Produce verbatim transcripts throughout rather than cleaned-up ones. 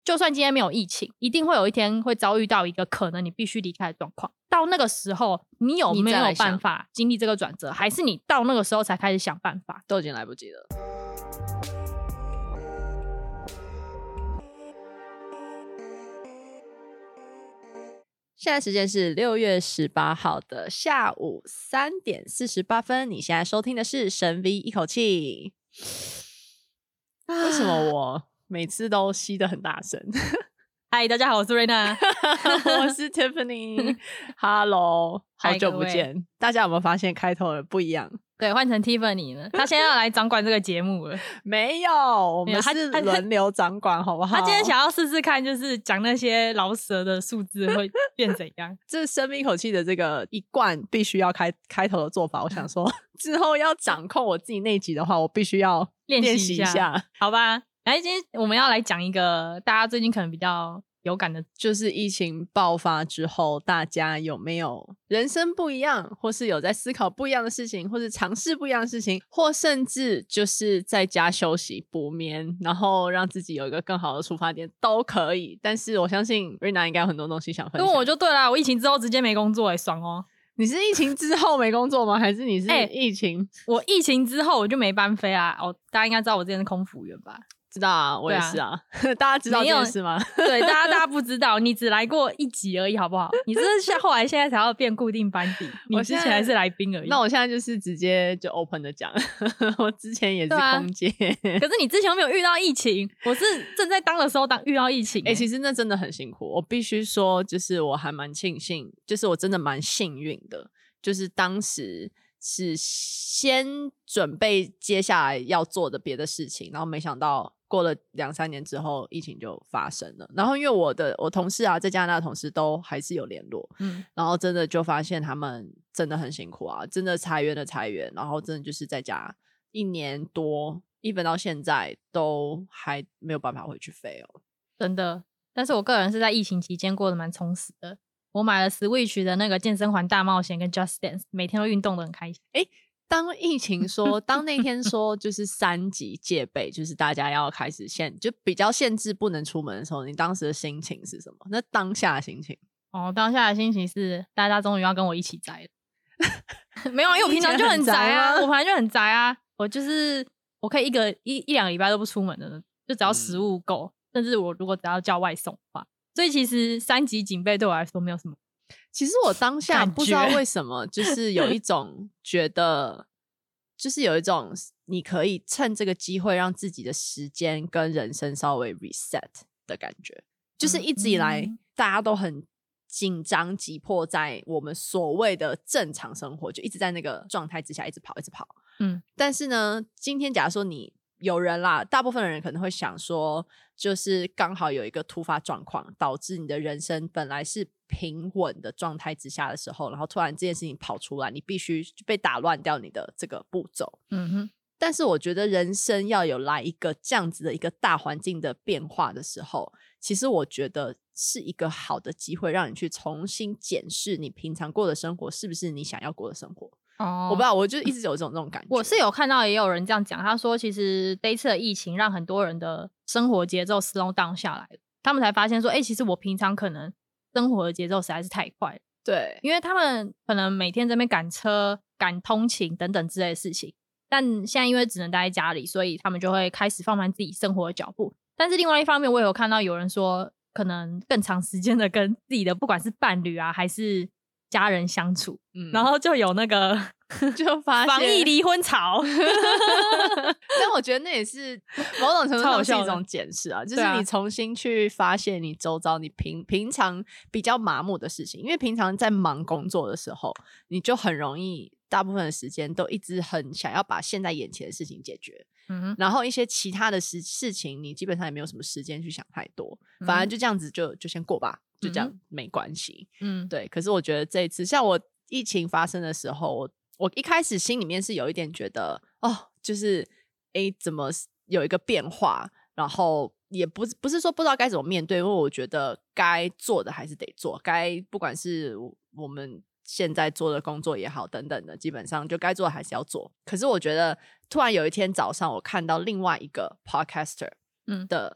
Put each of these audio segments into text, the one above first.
就算今天没有疫情，一定会有一天会遭遇到一个可能你必须离开的状况。到那个时候，你有没有办法经历这个转折，还是你到那个时候才开始想办法？ 都已经来不及了。现在时间是六月十八号的下午三点四十八分。你现在收听的是神 V 一口气。为什么我每次都吸得很大声？ 嗨，大家好，我是瑞娜。 我是 Tiffany。Hello， 好久不见。大家有没有发现开头的不一样？ 对，换成 Tiffany 了。他现在要来掌管这个节目了。 没有，我们是轮流掌管，好不好？ 他今天想要试试看，就是讲那些饶舌的数字会变怎样。 这生命一口气的这个一贯必须要开开头的做法，我想说之后要掌控我自己那集的话，我必须要练习一下，一下好吧？来，今天我们要来讲一个大家最近可能比较有感的， 就是疫情爆发之后，大家有没有人生不一样，或是有在思考不一样的事情，或是尝试不一样的事情，或甚至就是在家休息补眠，然后让自己有一个更好的出发点都可以。但是我相信 Rina 应该有很多东西想分享。 跟我就对啦，我疫情之后直接没工作，欸，爽哦。 你是疫情之后没工作吗？还是你是疫情？ 欸，我疫情之后我就没班飞啊。哦，大家应该知道我之前是空服员吧？ 知道啊，我也是啊。啊大家知道这件事吗？ 对，大家大家不知道，你只来过一集而已，好不好？你这是后来现在才要变固定班底，你之前还是来宾而已。 那我现在就是直接就 open 的讲，我之前也是空姐，啊， 可是你之前有没有遇到疫情？我是正在当的时候当遇到疫情，欸。 哎，欸，其实那真的很辛苦，我必须说，就是我还蛮庆幸，就是我真的蛮幸运的，就是当时是先准备接下来要做的别的事情，然后没想到过了两三年之后疫情就发生了。然后因为我的我同事啊，在加拿大的同事都还是有联络，嗯，然后真的就发现他们真的很辛苦啊，真的裁员的裁员，然后真的就是在家一年多even到现在都还没有办法回去飞哦， 真的。但是我个人是在疫情期间过得蛮充实的，我买了 Switch 的那个健身环大冒险跟 Just Dance， 每天都运动得很开心。 诶，当疫情说当那天说就是三级戒备，就是大家要开始限就比较限制不能出门的时候，你当时的心情是什么？那当下的心情？ 哦，当下的心情是大家终于要跟我一起宅了。没有，因为我平常就很宅啊，我平常就很宅啊，我就是我可以一个一一两个礼拜都不出门的，就只要食物够，嗯，甚至我如果只要叫外送的话，所以其实三级警备对我来说没有什么。 其实我当下不知道为什么就是有一种觉得就是有一种你可以趁这个机会让自己的时间跟人生稍微 reset 的感觉，就是一直以来大家都很紧张急迫在我们所谓的正常生活，就一直在那个状态之下一直跑一直跑，嗯，但是呢今天假如说你有人啦，大部分的人可能会想说就是刚好有一个突发状况导致你的人生本来是平稳的状态之下的时候，然后突然这件事情跑出来，你必须被打乱掉你的这个步骤，嗯哼。但是我觉得人生要有来一个这样子的一个大环境的变化的时候，其实我觉得是一个好的机会让你去重新检视你平常过的生活是不是你想要过的生活。哦，我不知道，我就一直有这种这种感觉。 我是有看到也有人这样讲，他说其实这一次的疫情让很多人的生活节奏 slow down 下来了，他们才发现说，哎、欸，其实我平常可能生活的节奏实在是太快了。 对， 因为他们可能每天在那边赶车、赶通勤等等之类的事情，但现在因为只能待在家里，所以他们就会开始放慢自己生活的脚步。但是另外一方面，我也有看到有人说，可能更长时间的跟自己的不管是伴侣啊还是家人相处，嗯，然后就有那个就发现防疫离婚潮。 但我觉得那也是某种程度上是一种检视啊，就是你重新去发现你周遭你平平常比较麻木的事情，因为平常在忙工作的时候，你就很容易大部分的时间都一直很想要把现在眼前的事情解决，嗯，然后一些其他的事事情你基本上也没有什么时间去想太多，嗯，反正就这样子就就先过吧，就这样，嗯，没关系，嗯，对。可是我觉得这一次像我疫情发生的时候，我我一开始心里面是有一点觉得哦，就是诶怎么有一个变化，然后也不不是说不知道该怎么面对，因为我觉得该做的还是得做，该不管是我们现在做的工作也好等等的，基本上就该做的还是要做。可是我觉得突然有一天早上我看到另外一个 podcaster 的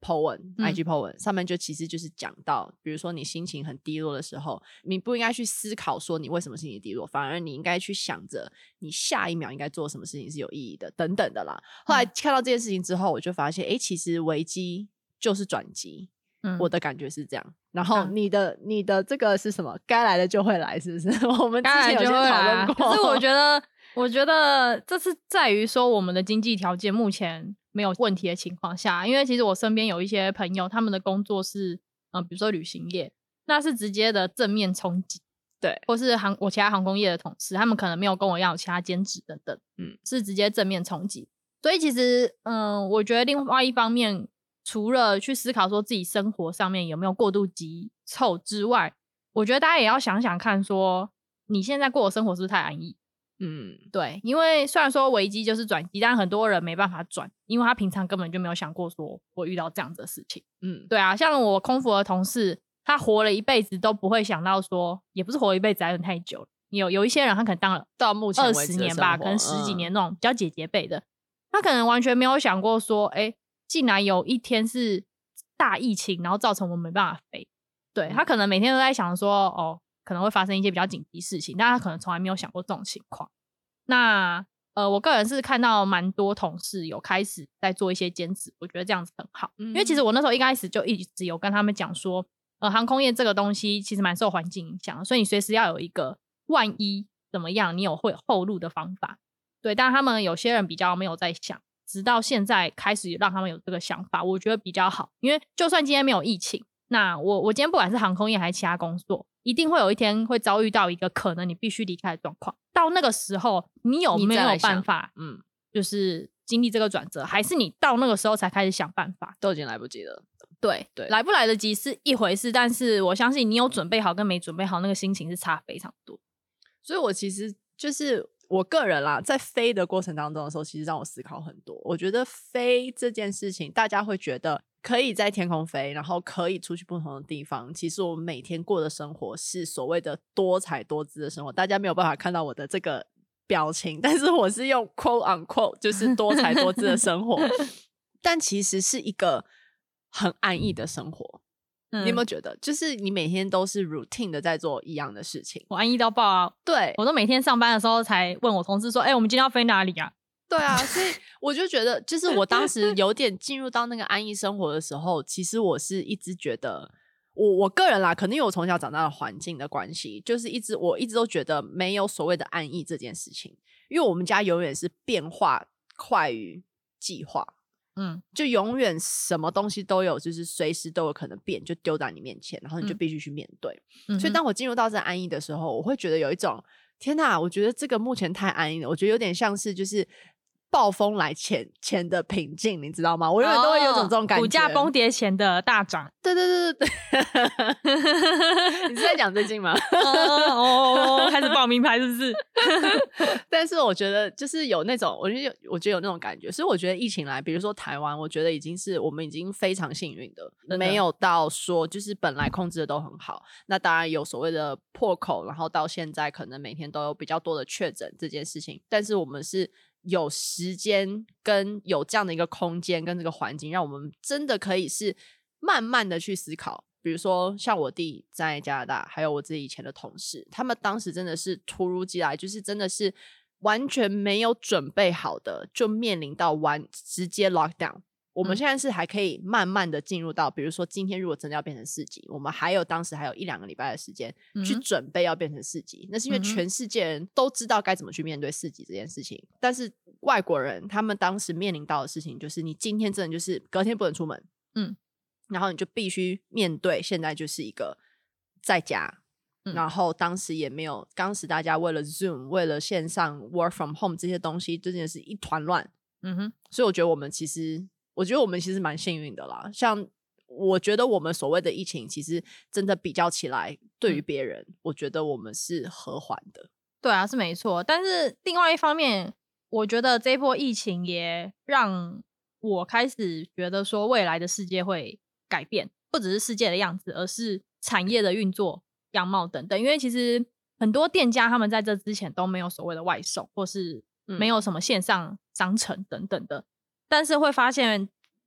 po 文、 嗯、 I G po 文上面就其实就是讲到，比如说你心情很低落的时候，你不应该去思考说你为什么心情低落，反而你应该去想着你下一秒应该做什么事情是有意义的等等的啦。后来看到这件事情之后，我就发现哎、欸，其实危机就是转机、嗯、我的感觉是这样。然后你的、啊、你的这个是什么？该来的就会来，是不是？我们之前有先讨论过。 可是我觉得我觉得这是在于说我们的经济条件目前没有问题的情况下，因为其实我身边有一些朋友他们的工作是呃，比如说旅行业，那是直接的正面冲击， 对， 或是航我其他航空业的同事，他们可能没有跟我一样有其他兼职等等，嗯，是直接正面冲击。所以其实嗯、呃，我觉得另外一方面，除了去思考说自己生活上面有没有过度急凑之外，我觉得大家也要想想看说你现在过的生活是不是太安逸。嗯，对，因为虽然说危机就是转机，但很多人没办法转，因为他平常根本就没有想过说我遇到这样子的事情。嗯，对啊，像我空服的同事，他活了一辈子都不会想到说，也不是活了一辈子，还有点太久了。有有一些人他可能当了到目前二十年吧，可能十几年那种比较姐姐辈的，他可能完全没有想过说，哎，竟然有一天是大疫情，然后造成我们没办法飞。对，他可能每天都在想说，哦，可能会发生一些比较紧急事情，但他可能从来没有想过这种情况。那呃，我个人是看到蛮多同事有开始在做一些兼职，我觉得这样子很好。嗯、因为其实我那时候一开始就一直有跟他们讲说，呃，航空业这个东西其实蛮受环境影响的，所以你随时要有一个万一怎么样，你有会后路的方法。对，但他们有些人比较没有在想，直到现在开始让他们有这个想法，我觉得比较好。因为就算今天没有疫情，那我我今天不管是航空业还是其他工作，一定会有一天会遭遇到一个可能你必须离开的状况。到那个时候，你有没有办法，嗯，就是经历这个转折，还是你到那个时候才开始想办法， 都已经来不及了。 对对，来不来得及是一回事，但是我相信你有准备好跟没准备好，那个心情是差非常多。 所以我其实就是我个人啦，在飞的过程当中的时候，其实让我思考很多。我觉得飞这件事情，大家会觉得可以在天空飞，然后可以出去不同的地方。其实我们每天过的生活是所谓的多彩多姿的生活，大家没有办法看到我的这个表情，但是我是用 quote on quote 就是多彩多姿的生活但其实是一个很安逸的生活。嗯、你有没有觉得就是你每天都是 routine 的在做一样的事情？ 我安逸到爆啊！ 对， 我都每天上班的时候才问我同事说，哎、欸，我们今天要飞哪里啊？ 对啊，所以我就觉得就是我当时有点进入到那个安逸生活的时候，其实我是一直觉得我我个人啦，可能因为我从小长大的环境的关系，就是一直我一直都觉得没有所谓的安逸这件事情，因为我们家永远是变化快于计划。嗯，就永远什么东西都有，就是随时都有可能变，就丢在你面前，然后你就必须去面对。嗯、所以当我进入到这安逸的时候，我会觉得有一种天哪，我觉得这个目前太安逸了，我觉得有点像是就是暴风来前前的平静，你知道吗？我永远都会有种这种感觉， 股价崩跌前的大涨。 对对对对对，你是在讲最近吗？ 哦，开始报名牌是不是？ 但是我觉得就是有那种，我觉得有，我觉得有那种感觉，所以我觉得疫情来，比如说台湾，我觉得已经是我们已经非常幸运的，没有到说就是本来控制的都很好。那当然有所谓的破口，然后到现在可能每天都有比较多的确诊这件事情，但是我们是有时间跟有这样的一个空间跟这个环境，让我们真的可以是慢慢的去思考。比如说像我弟在加拿大，还有我自己以前的同事，他们当时真的是突如其来，就是真的是完全没有准备好的，就面临到完直接 lockdown。我们现在是还可以慢慢的进入到，比如说今天如果真的要变成四级，我们还有当时还有一两个礼拜的时间去准备要变成四级、嗯、那是因为全世界人都知道该怎么去面对四级这件事情、嗯、但是外国人他们当时面临到的事情就是你今天真的就是隔天不能出门，嗯，然后你就必须面对现在就是一个在家、嗯、然后当时也没有，当时大家为了 Zoom 为了线上 work from home 这些东西真的是一团乱，嗯哼，所以我觉得我们其实我觉得我们其实蛮幸运的啦，像我觉得我们所谓的疫情其实真的比较起来对于别人、嗯、我觉得我们是和缓的。 对啊，是没错，但是另外一方面我觉得这一波疫情也让我开始觉得说未来的世界会改变，不只是世界的样子，而是产业的运作样貌等等。因为其实很多店家他们在这之前都没有所谓的外送，或是没有什么线上商城等等的、嗯、但是会发现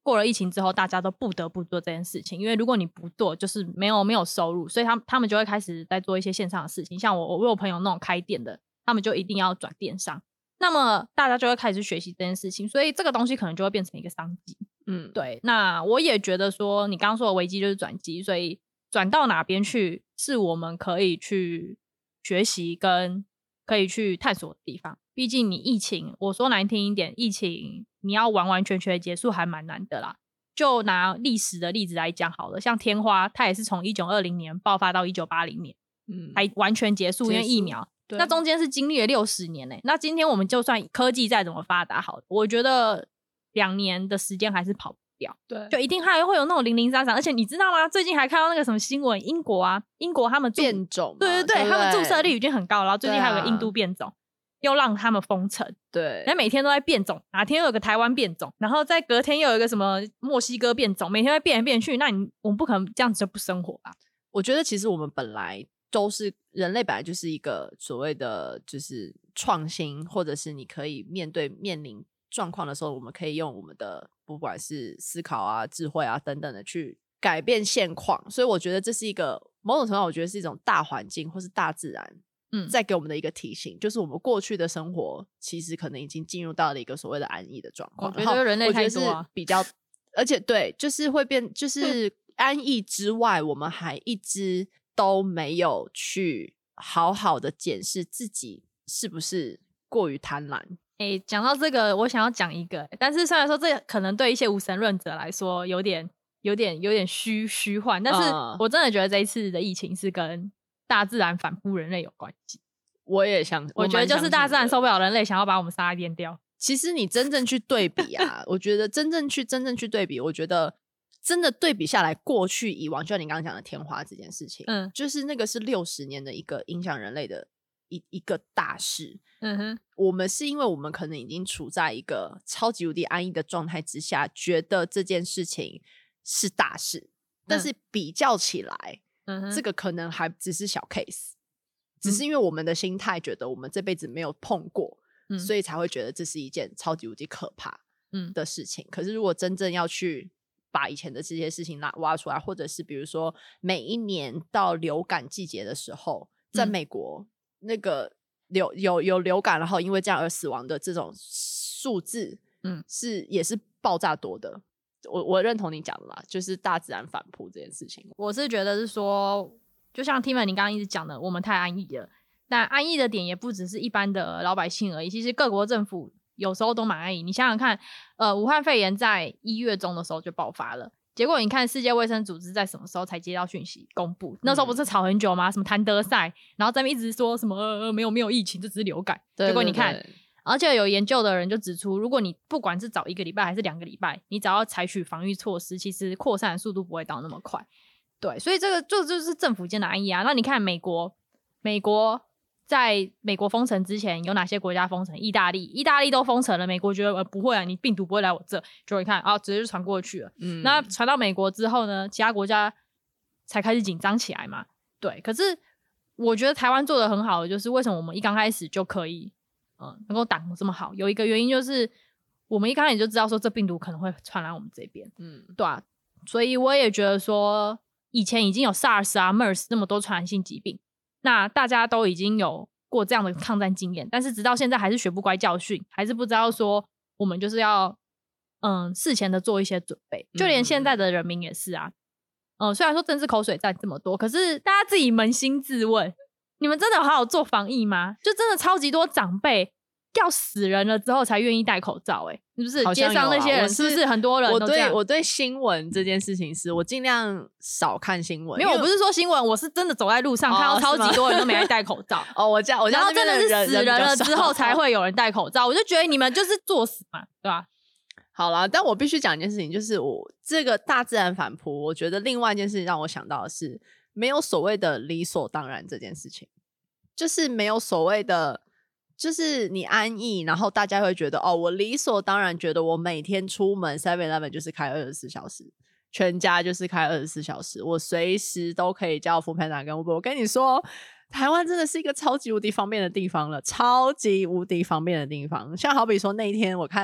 过了疫情之后，大家都不得不做这件事情，因为如果你不做，就是没有没有收入，所以他们他们就会开始在做一些线上的事情。像我我有朋友那种开店的，他们就一定要转电商，那么大家就会开始学习这件事情，所以这个东西可能就会变成一个商机。嗯，对。那我也觉得说，你刚刚说的危机就是转机，所以转到哪边去是我们可以去学习跟可以去探索的地方。毕竟你疫情，我说难听一点，疫情你要完完全全结束还蛮难的啦。就拿历史的例子来讲好了，像天花它也是从一九二零年爆发到一九八零年，嗯，还完全结束，因为疫苗。那中间是经历了六十年欸，那今天我们就算科技再怎么发达好，我觉得两年的时间还是跑不掉。对，就一定还会有那种零零散散。而且你知道吗？最近还看到那个什么新闻，英国啊，英国他们变种， 对对 对, 对，他们注射率已经很高了，然后最近还有个印度变种。又让他们封城， 对， 然后每天都在变种，哪天又有个台湾变种，然后再隔天又有一个什么墨西哥变种，每天会变来变去，那你我们不可能这样子就不生活吧？ 我觉得其实我们本来都是人类，本来就是一个所谓的就是创新，或者是你可以面对面临状况的时候，我们可以用我们的不管是思考啊、智慧啊等等的去改变现况。所以我觉得这是一个某种程度，我觉得是一种大环境或是大自然。嗯，再给我们的一个提醒，就是我们过去的生活其实可能已经进入到了一个所谓的安逸的状况。 我觉得人类太多啊，是比较，而且对，就是会变，就是安逸之外，我们还一直都没有去好好的检视自己是不是过于贪婪。 诶，讲到这个，我想要讲一个，但是虽然说这可能对一些无神论者来说有点、有点、有点虚虚幻，但是我真的觉得这一次的疫情是跟大自然反扑人类有关系。 我也想， 我觉得就是大自然受不了人类，想要把我们杀颠掉。 其实你真正去对比啊，我觉得真正去真正去对比，我觉得真的对比下来，过去以往，就像你刚刚讲的天花这件事情，嗯，就是那个是六十年的一个影响人类的一一个大事。嗯哼，我们是因为我们可能已经处在一个超级无敌安逸的状态之下，觉得这件事情是大事，但是比较起来。嗯、这个可能还只是小 case， 只是因为我们的心态觉得我们这辈子没有碰过、嗯、所以才会觉得这是一件超级无敌可怕的事情、嗯、可是如果真正要去把以前的这些事情拉挖出来，或者是比如说每一年到流感季节的时候，在美国、嗯、那个流有有流感然后因为这样而死亡的这种数字嗯，是也是爆炸多的。我我认同你讲的啦，就是大自然反扑这件事情。 我是觉得是说，就像 Tim 你刚刚一直讲的，我们太安逸了。但安逸的点也不只是一般的老百姓而已，其实各国政府有时候都蛮安逸。你想想看，呃，武汉肺炎在一月中的时候就爆发了，结果你看世界卫生组织在什么时候才接到讯息公布？那时候不是吵很久吗？什么谭德赛，然后咱们一直说什么、呃、没有没有疫情，这只是流感。对对对，结果你看。而且有研究的人就指出，如果你不管是早一个礼拜还是两个礼拜，你只要采取防御措施，其实扩散的速度不会到那么快。对，所以这个就就是政府间的安逸啊。那你看美国，美国在美国封城之前有哪些国家封城？意大利，意大利都封城了，美国觉得、呃、不会啊，你病毒不会来我这，就你看啊，直接就传过去了。嗯，那传到美国之后呢，其他国家才开始紧张起来嘛。对，可是我觉得台湾做的很好的就是为什么我们一刚开始就可以。嗯，能够挡这么好，有一个原因就是我们一开始就知道说这病毒可能会传来我们这边，嗯，对啊，所以我也觉得说以前已经有 SARS 啊 MERS 那么多传染性疾病，那大家都已经有过这样的抗战经验，但是直到现在还是学不乖教训，还是不知道说我们就是要嗯事前的做一些准备，就连现在的人民也是啊，嗯，虽然说政治口水战这么多，可是大家自己扪心自问。你们真的有好好做防疫吗？就真的超级多长辈要死人了之后才愿意戴口罩、欸，是不是？街上那些人是不是很多人都这样？ 我对我对新闻这件事情是我尽量少看新闻， 因为我不是说新闻，我是真的走在路上、哦、看到超级多人都没来戴口罩。 哦，我家我家然后真的是死人了之后才会有人戴口罩，我就觉得你们就是作死嘛，对吧？ 好啦，但我必须讲一件事情，就是我这个大自然反扑，我觉得另外一件事情让我想到的是。没有所谓的理所当然这件事情，就是没有所谓的就是你安逸，然后大家会觉得哦，我理所当然觉得我每天出门 seven eleven 就是开二十四小时，全家就是开二十四小时，我随时都可以叫 Foodpanda 跟 Uber。 我跟你说台湾真的是一个超级无敌方便的地方了，超级无敌方便的地方。像好比说那一天我看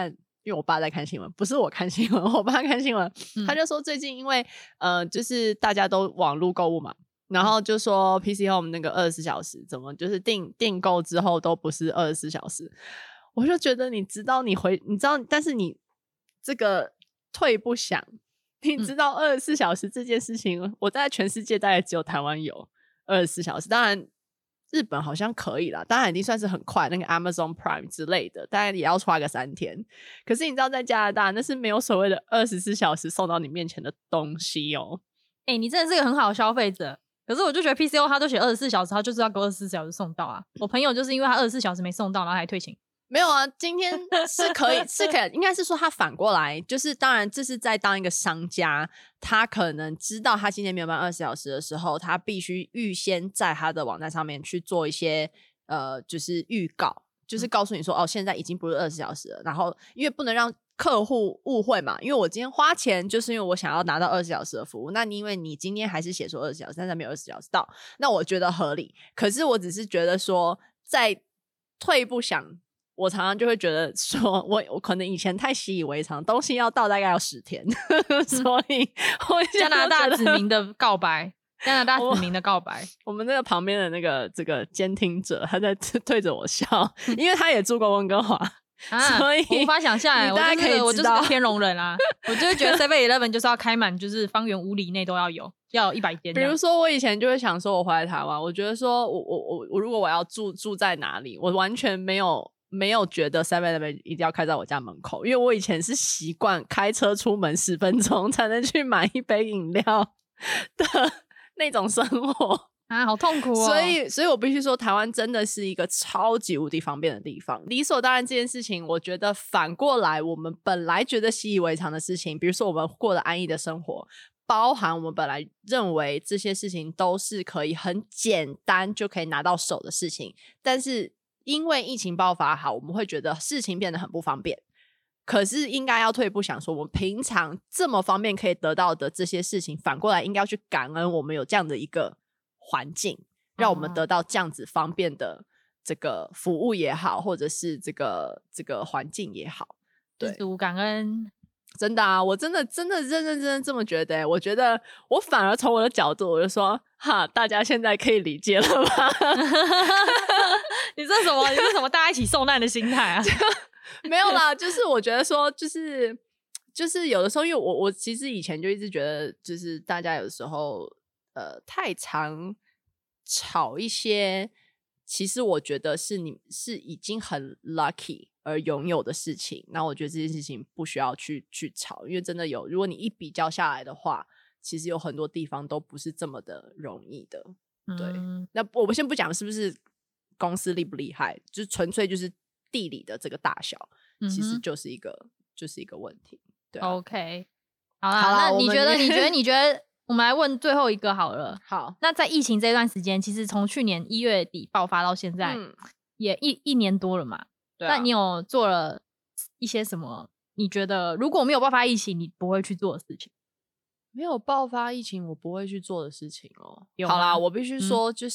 因为我爸在看新闻，不是我看新闻，我爸看新闻， 嗯他就说最近因为呃，就是大家都网络购物嘛，然后就说 P C Home 那个二十四小时怎么就是订订购之后都不是二十四小时，我就觉得你知道你回你知道，但是你这个退不想，你知道二十四小时这件事情，嗯、我在全世界大概只有台湾有二十四小时，当然。日本好像可以啦，当然已经算是很快，那个 Amazon Prime 之类的，当然也要花个三天。可是你知道，在加拿大那是没有所谓的二十四小时送到你面前的东西哦。 哎、欸，你真的是个很好的消费者。可是我就觉得 P C O 他都写二十四小时，他就是要给二十四小时送到啊。我朋友就是因为他二十四小时没送到，然后还退钱。 没有啊，今天是可以，是可以，应该是说他反过来，就是当然这是在当一个商家，他可能知道他今天没有办二十小时的时候，他必须预先在他的网站上面去做一些呃，就是预告，就是告诉你说、嗯、哦，现在已经不是二十小时了，然后因为不能让客户误会嘛，因为我今天花钱就是因为我想要拿到二十小时的服务，那你因为你今天还是写说二十小时，但是没有二十小时到，那我觉得合理。可是我只是觉得说，在退一步想。我常常就会觉得说我我可能以前太习以为常，东西要到大概要十天所以我加拿大子民的告白加拿大子民的告白我, 我们那个旁边的那个这个监听者他在对着我笑因为他也住过温哥华啊、所以我无法想象哎、欸， 大家可以我就是个天龙人啊我就会觉得 seven eleven 就是要开满，就是方圆五里内都要有要有一百间。 比如说我以前就会想说我回来台湾，我觉得说我我我我如果我要住住在哪里，我完全没有没有觉得 seven eleven 一定要开在我家门口，因为我以前是习惯开车出门十分钟才能去买一杯饮料的那种生活啊，好痛苦哦。 所以所以我必须说台湾真的是一个超级无敌方便的地方，理所当然这件事情我觉得反过来我们本来觉得习以为常的事情，比如说我们过得安逸的生活，包含我们本来认为这些事情都是可以很简单就可以拿到手的事情，但是因为疫情爆发好，我们会觉得事情变得很不方便。可是应该要退一步想说，我们平常这么方便可以得到的这些事情，反过来应该要去感恩我们有这样的一个环境，让我们得到这样子方便的这个服务也好，或者是这个这个环境也好。对， 知足感恩。 真的啊，我真的真的认认真真这么觉得、欸、我觉得我反而从我的角度我就说哈，大家现在可以理解了吧你这什么你这什么大家一起受难的心态啊没有啦，就是我觉得说就是就是有的时候因为我我其实以前就一直觉得就是大家有的时候呃太常吵一些其实我觉得是你是已经很 lucky而拥有的事情，那我觉得这件事情不需要去去吵，因为真的有如果你一比较下来的话，其实有很多地方都不是这么的容易的。对、嗯、那我们先不讲是不是公司厉不厉害，就纯粹就是地理的这个大小、嗯、其实就是一个就是一个问题。对、啊、 OK 好啦，好啦那你觉得你觉得你觉得我们来问最后一个好了。 好， 那在疫情这段时间，其实从去年一月底爆发到现在、嗯、也一一年多了嘛。对、啊、那你有做了一些什么你觉得如果没有爆发疫情你不会去做的事情？ 没有爆发疫情我不会去做的事情哦。好啦，我必须说就是、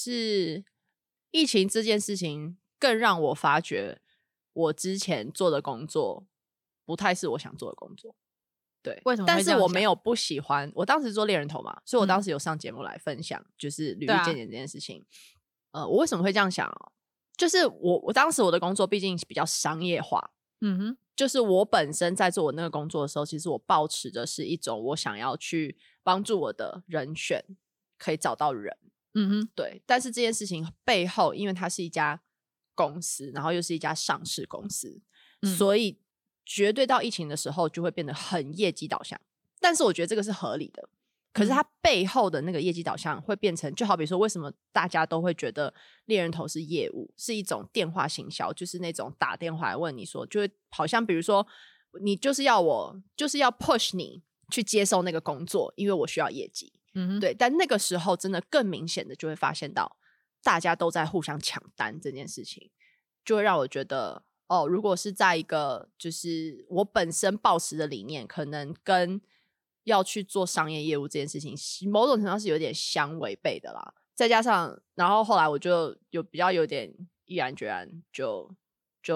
嗯、疫情这件事情更让我发觉我之前做的工作不太是我想做的工作。对， 为什么？ 但是我没有不喜欢，我当时做猎人头嘛，所以我当时有上节目来分享、嗯、就是履历健检这件事情、啊、呃，我为什么会这样想哦？就是我我当时我的工作毕竟比较商业化，嗯哼，就是我本身在做我那个工作的时候，其实我抱持的是一种我想要去帮助我的人选可以找到人，嗯哼，对。但是这件事情背后，因为它是一家公司，然后又是一家上市公司、嗯、所以绝对到疫情的时候就会变得很业绩导向，但是我觉得这个是合理的。可是它背后的那个业绩导向会变成，就好比说为什么大家都会觉得猎人头是业务，是一种电话行销，就是那种打电话来问你说，就会好像比如说你就是要我就是要 push 你去接受那个工作，因为我需要业绩、嗯、对。但那个时候真的更明显的就会发现到大家都在互相抢单这件事情，就会让我觉得哦，如果是在一个就是我本身抱持的理念可能跟要去做商业业务这件事情某种程度上是有点相违背的啦，再加上然后后来我就有比较有点毅然决然就就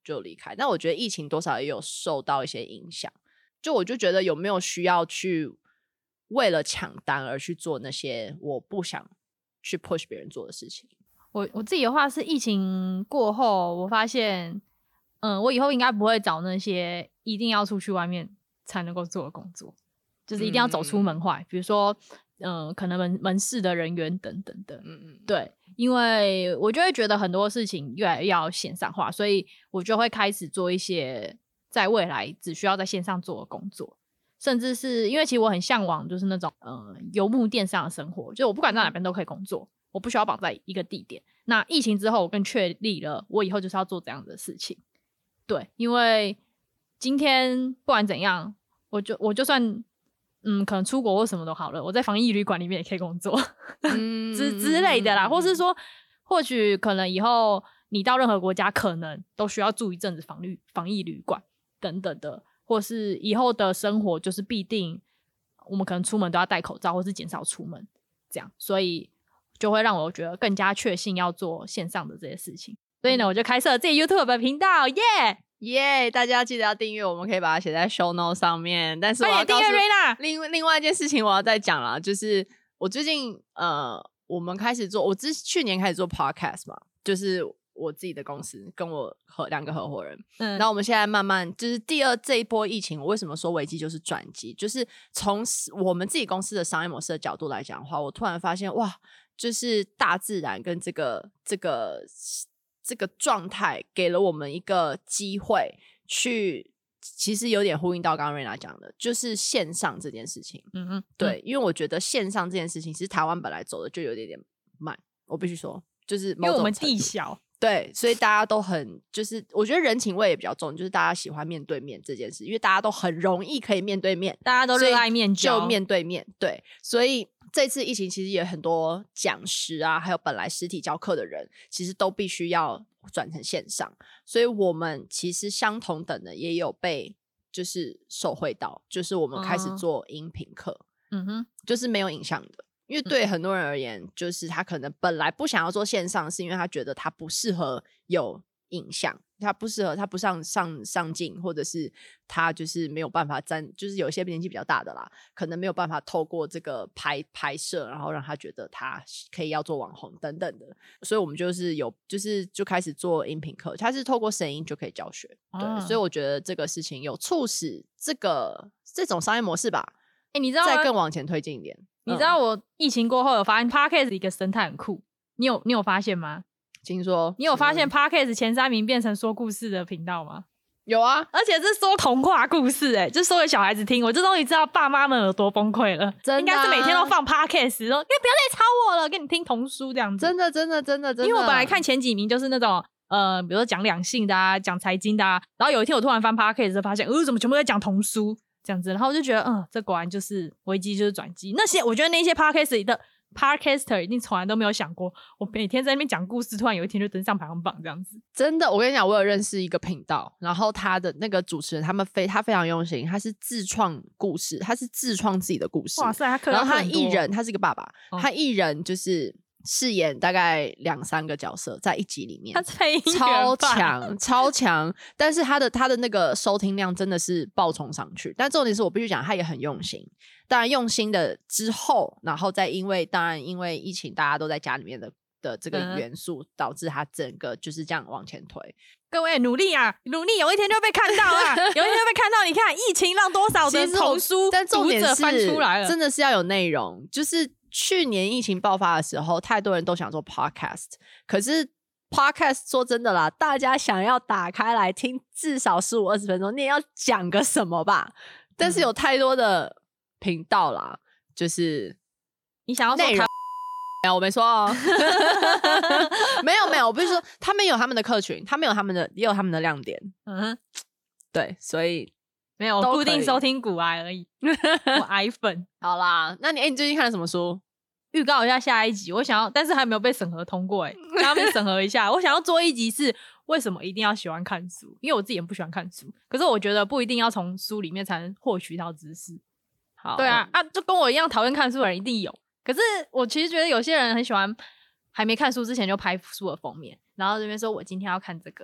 就离开。但我觉得疫情多少也有受到一些影响，就我就觉得有没有需要去为了抢单而去做那些我不想去 push 别人做的事情。 我我自己的话是疫情过后，我发现，嗯，我以后应该不会找那些一定要出去外面才能够做的工作，就是一定要走出门外，嗯、比如说，嗯、呃，可能门门市的人员等等的，嗯嗯，对，因为我就会觉得很多事情越来越要线上化，所以我就会开始做一些在未来只需要在线上做的工作。甚至是因为其实我很向往就是那种呃游牧电商的生活，就我不管在哪边都可以工作，我不需要绑在一个地点。那疫情之后我更确立了我以后就是要做这样的事情。对，因为今天不管怎样，我就我就算嗯可能出国或什么都好了，我在防疫旅馆里面也可以工作之之类的啦，或是说或许可能以后你到任何国家可能都需要住一阵子防疫防疫旅馆等等的，或是以后的生活就是必定我们可能出门都要戴口罩或是减少出门这样，所以就会让我觉得更加确信要做线上的这些事情。所以呢我就开设了自己 YouTube 的频道，耶、yeah! 耶、yeah! 大家记得要订阅，我们可以把它写在 show note 上面。但是我要告诉另另外一件事情我要再讲啦，就是我最近呃我们开始做，我之去年开始做 podcast 嘛，就是我自己的公司跟我和两个合伙人，嗯，然后我们现在慢慢就是第二这一波疫情，我为什么说危机就是转机，就是从我们自己公司的商业模式的角度来讲的话，我突然发现哇，就是大自然跟这个这个这个状态给了我们一个机会去，其实有点呼应到刚刚瑞娜讲的，就是线上这件事情。嗯嗯，对，因为我觉得线上这件事情其实台湾本来走的就有点点慢，我必须说，就是某种因为我们地小。 对，所以大家都很就是我觉得人情味也比较重，就是大家喜欢面对面这件事，因为大家都很容易可以面对面， 大家都热爱面交， 就面对面。对，所以这次疫情其实也很多讲师啊，还有本来实体教课的人其实都必须要转成线上，所以我们其实相同等的也有被就是受惠到，就是我们开始做音频课，嗯哼，就是没有影像的。因为对很多人而言，就是他可能本来不想要做线上，是因为他觉得他不适合有影像，他不适合他不上上上镜，或者是他就是没有办法站，就是有一些年纪比较大的啦，可能没有办法透过这个拍拍摄，然后让他觉得他可以要做网红等等的，所以我们就是有就是就开始做音频课，他是透过声音就可以教学，对，啊、所以我觉得这个事情有促使这个这种商业模式吧， 哎、欸，你知道再更往前推进一点。 你知道我疫情过后有发现 Podcast 一个生态很酷，你有你有发现吗？ 请说。 你有发现 Podcast 前三名变成说故事的频道吗？ 有啊， 而且是说童话故事、欸，哎，就说给小孩子听。我就终于知道爸妈们有多崩溃了，真的、啊、应该是每天都放 Podcast， 说你不要再吵我了，给你听童书这样子。 真的，真的，真的，真的。 因为我本来看前几名就是那种呃，比如说讲两性的啊，讲财经的啊，然后有一天我突然翻 Podcast 就发现，呃，怎么全部在讲童书？这样子，然后我就觉得，嗯，这果然就是危机就是转机。那些我觉得那些 podcast 的 podcaster 一定从来都没有想过，我每天在那边讲故事，突然有一天就登上排行榜这样子。 真的，我跟你讲，我有认识一个频道，然后他的那个主持人，他们非他非常用心，他是自创故事，他是自创自己的故事。 哇塞，他然后他一人，他是一个爸爸，哦、他一人就是饰演大概两三个角色在一集里面， 他超强超强，但是他的他的那个收听量真的是爆冲上去。但重点是我必须讲，他也很用心。当然用心的之后，然后再因为当然因为疫情，大家都在家里面的的这个元素，嗯、导致他整个就是这样往前推。 各位努力啊，努力，有一天就被看到啊，有一天就被看到。你看疫情让多少的童书读者翻出来了， 真的是要有内容，就是。去年疫情爆发的时候，太多人都想做 podcast， 可是 podcast 说真的啦，大家想要打开来听至少十五二十分钟，你也要讲个什么吧？但是有太多的频道啦，就是你想要内容，没有我没说哦，没有没有，我不是说他们有他们的客群，他们有他们的也有他们的亮点，嗯哼，对，所以。 没有，我固定收听股癌而已。我癌粉。 好啦，那你、欸、你最近看了什么书？ 预告一下下一集，我想要，但是还没有被审核通过、欸，哎，让他们审核一下。我想要做一集是为什么一定要喜欢看书，因为我自己也不喜欢看书，可是我觉得不一定要从书里面才能获取到知识。好，对啊，啊，就跟我一样讨厌看书的人一定有。可是我其实觉得有些人很喜欢，还没看书之前就拍书的封面，然后这边说我今天要看这个。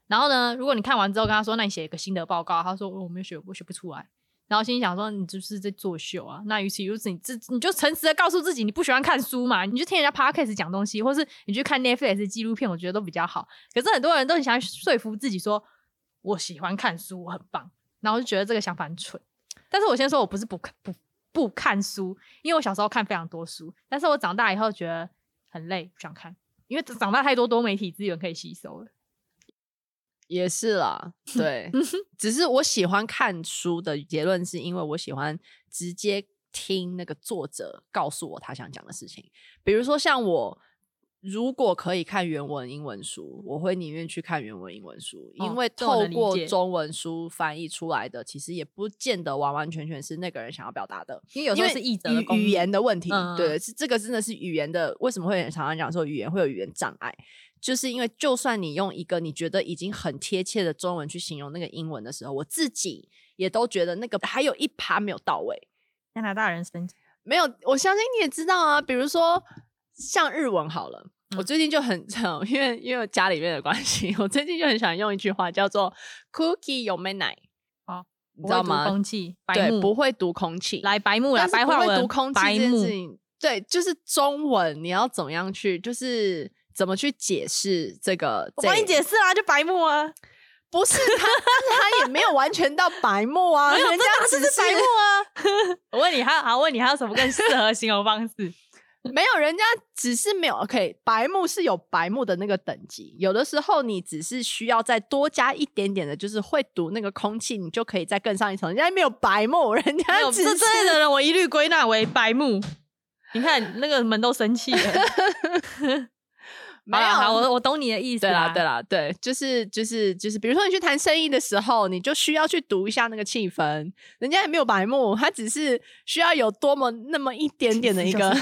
然后呢，如果你看完之后跟他说，那你写一个心得报告，他说、哦、我没有写，我写不出来。然后心里想说，你就是在作秀啊。那与其如此，你自你就诚实的告诉自己，你不喜欢看书嘛，你就听人家 podcast 讲东西，或是你去看 Netflix 纪录片，我觉得都比较好。可是很多人都很想说服自己说，我喜欢看书，我很棒，然后我就觉得这个想法很蠢。但是我先说，我不是不不不看书，因为我小时候看非常多书，但是我长大以后觉得很累，不想看，因为长大太多多媒体资源可以吸收了。 也是啦，对，只是我喜欢看书的结论是因为我喜欢直接听那个作者告诉我他想讲的事情。比如说像我如果可以看原文英文书，我会宁愿去看原文英文书，因为透过中文书翻译出来的其实也不见得完完全全是那个人想要表达的， 因为有时候是译者的功力， 语言的问题、 嗯、 对，是这个真的是语言的。为什么会常常讲说语言会有语言障碍，就是因为就算你用一个你觉得已经很贴切的中文去形容那个英文的时候，我自己也都觉得那个还有一趴没有到位。 加拿大人生气没有，我相信你也知道啊，比如说像日文好了、嗯、我最近就很因为因为家里面的关系，我最近就很想用一句话叫做 cookie 有没奶， 哦， 你知道吗？ 不会读空气，白目， 对，不会读空气， 来白目啦，白话文， 不会读空气这件事情，对，就是中文你要怎么样去，就是怎么去解释这个？ 我帮你解释啊，就白目啊， 不是他，他也没有完全到白目啊， 没有， 人家只是白目啊。我问你，还好问你，还有什么更适合形容方式？ 没有，人家只是没有 OK， 白目是有白目的那个等级，有的时候你只是需要再多加一点点的，就是会读那个空气，你就可以再更上一层。人家没有白目，人家只是这这类的人，我一律归纳为白目。你看那个门都生气了。没有，好，我我懂你的意思啦。 对啦，对啦，对，就是就是就是，比如说你去谈生意的时候，你就需要去读一下那个气氛。人家也没有白目，他只是需要有多么那么一点点的一个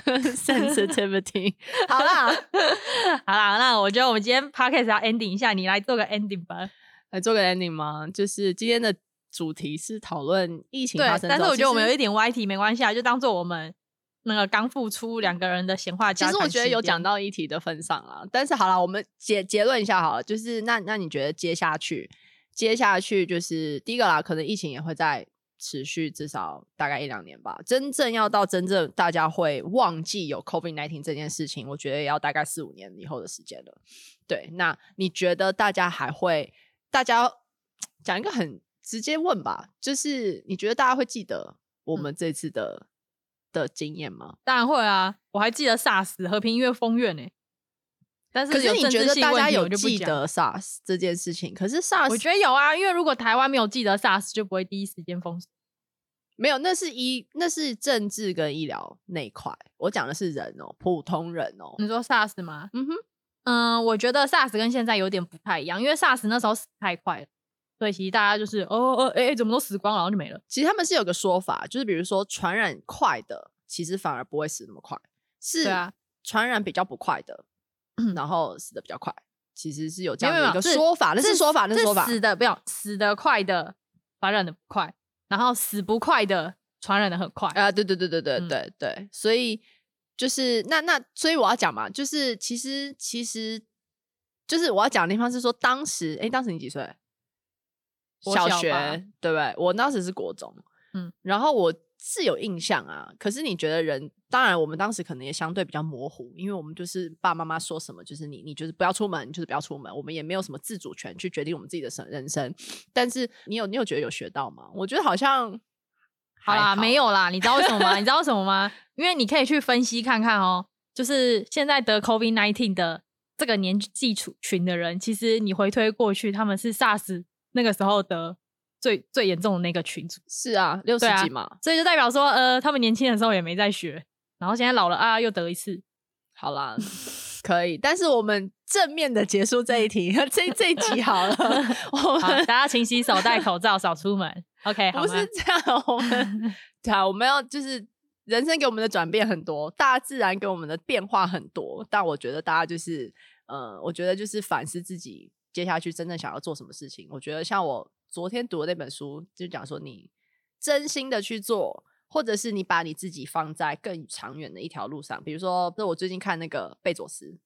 sensitivity。好啦， 好啦，那我觉得我们今天 podcast 要 ending 一下，你来做个 ending 吧。 来做个 ending 吗？就是今天的主题是讨论疫情发生之后， 但是我觉得我们有一点歪题，没关系啊，就当做我们那个刚复出两个人的闲话家常。 其实我觉得有讲到议题的份上啦，但是好啦，我们结结论一下好了，就是那那你觉得接下去接下去就是第一个啦，可能疫情也会再持续至少大概一两年吧，真正要到真正大家会忘记有 COVID 十九 这件事情，我觉得也要大概四五年以后的时间了。对，那你觉得大家还会大家讲一个很直接问吧，就是你觉得大家会记得我们这次的、嗯的经验吗？ 当然会啊，我还记得 SARS 和平医院封院欸，但是可是你觉得大家有记得 SARS 这件事情？可是 SARS 我觉得有啊，因为如果台湾没有记得 SARS 就不会第一时间封。 没有，那是医那是政治跟医疗那一块，我讲的是人哦，普通人哦。 你说 SARS 吗？ 嗯哼， 嗯，我觉得 SARS 跟现在有点不太一样，因为 SARS 那时候死太快了，所以其实大家就是哦哦哎、欸、怎么都死光了，然后就没了。 其实他们是有个说法，就是比如说传染快的其实反而不会死那么快，是传染比较不快的、啊、然后死的比较快，其实是有这样的一个说法。那是说法，那是说法， 死的不要死的快的传染的不快，然后死不快的传染的很快啊！对对对对对对、嗯、对，所以就是那那所以我要讲嘛，就是其实其实就是我要讲的地方是说，当时哎，当时你几岁？小学对不对？我当时是国中，嗯，然后我是有印象啊。可是你觉得人，当然我们当时可能也相对比较模糊，因为我们就是爸爸妈妈说什么，就是你你就是不要出门，就是不要出门，我们也没有什么自主权去决定我们自己的人生。但是你有你有觉得有学到吗？我觉得好像好啦，没有啦。你知道为什么吗？你知道为什么吗？因为你可以去分析看看哦，就是现在得 COVID 十九 的这个年纪群的人，其实你回推过去，他们是 SARS 那个时候的最最严重的那个群组。 是啊，六十几嘛、啊、 所以就代表说呃他们年轻的时候也没在学，然后现在老了啊又得一次。 好啦可以，但是我们正面的结束这一题这这一集好了好，大家勤洗手，戴口罩，少出门。 OK 好吗？ 不是这样，我们对啊，我们要就是人生给我们的转变很多，大自然给我们的变化很多，但我觉得大家就是呃我觉得就是反思自己接下去真正想要做什么事情。我觉得像我昨天读的那本书就讲说，你真心的去做，或者是你把你自己放在更长远的一条路上。比如说我最近看那个贝佐斯，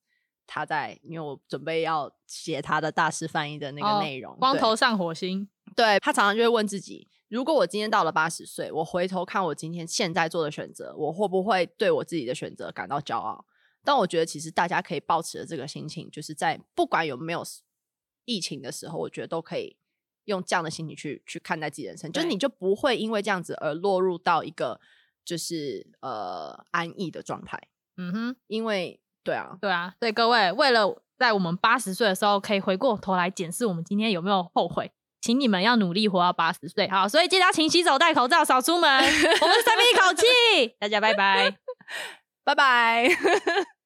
他在，因为我准备要写他的大师翻译的那个内容、 哦、光头上火星。 对，他常常就会问自己，如果我今天到了八十岁，我回头看我今天现在做的选择，我会不会对我自己的选择感到骄傲？但我觉得其实大家可以抱持的这个心情，就是在不管有没有疫情的时候，我觉得都可以用这样的心情去去看待自己人生，就是你就不会因为这样子而落入到一个就是呃安逸的状态。 嗯哼， 因为对啊对啊，所以各位为了在我们八十岁的时候可以回过头来检视我们今天有没有后悔，请你们要努力活到八十岁。好，所以记得要勤洗手、戴口罩、少出门。我们是三米一口气，大家拜拜， 拜拜。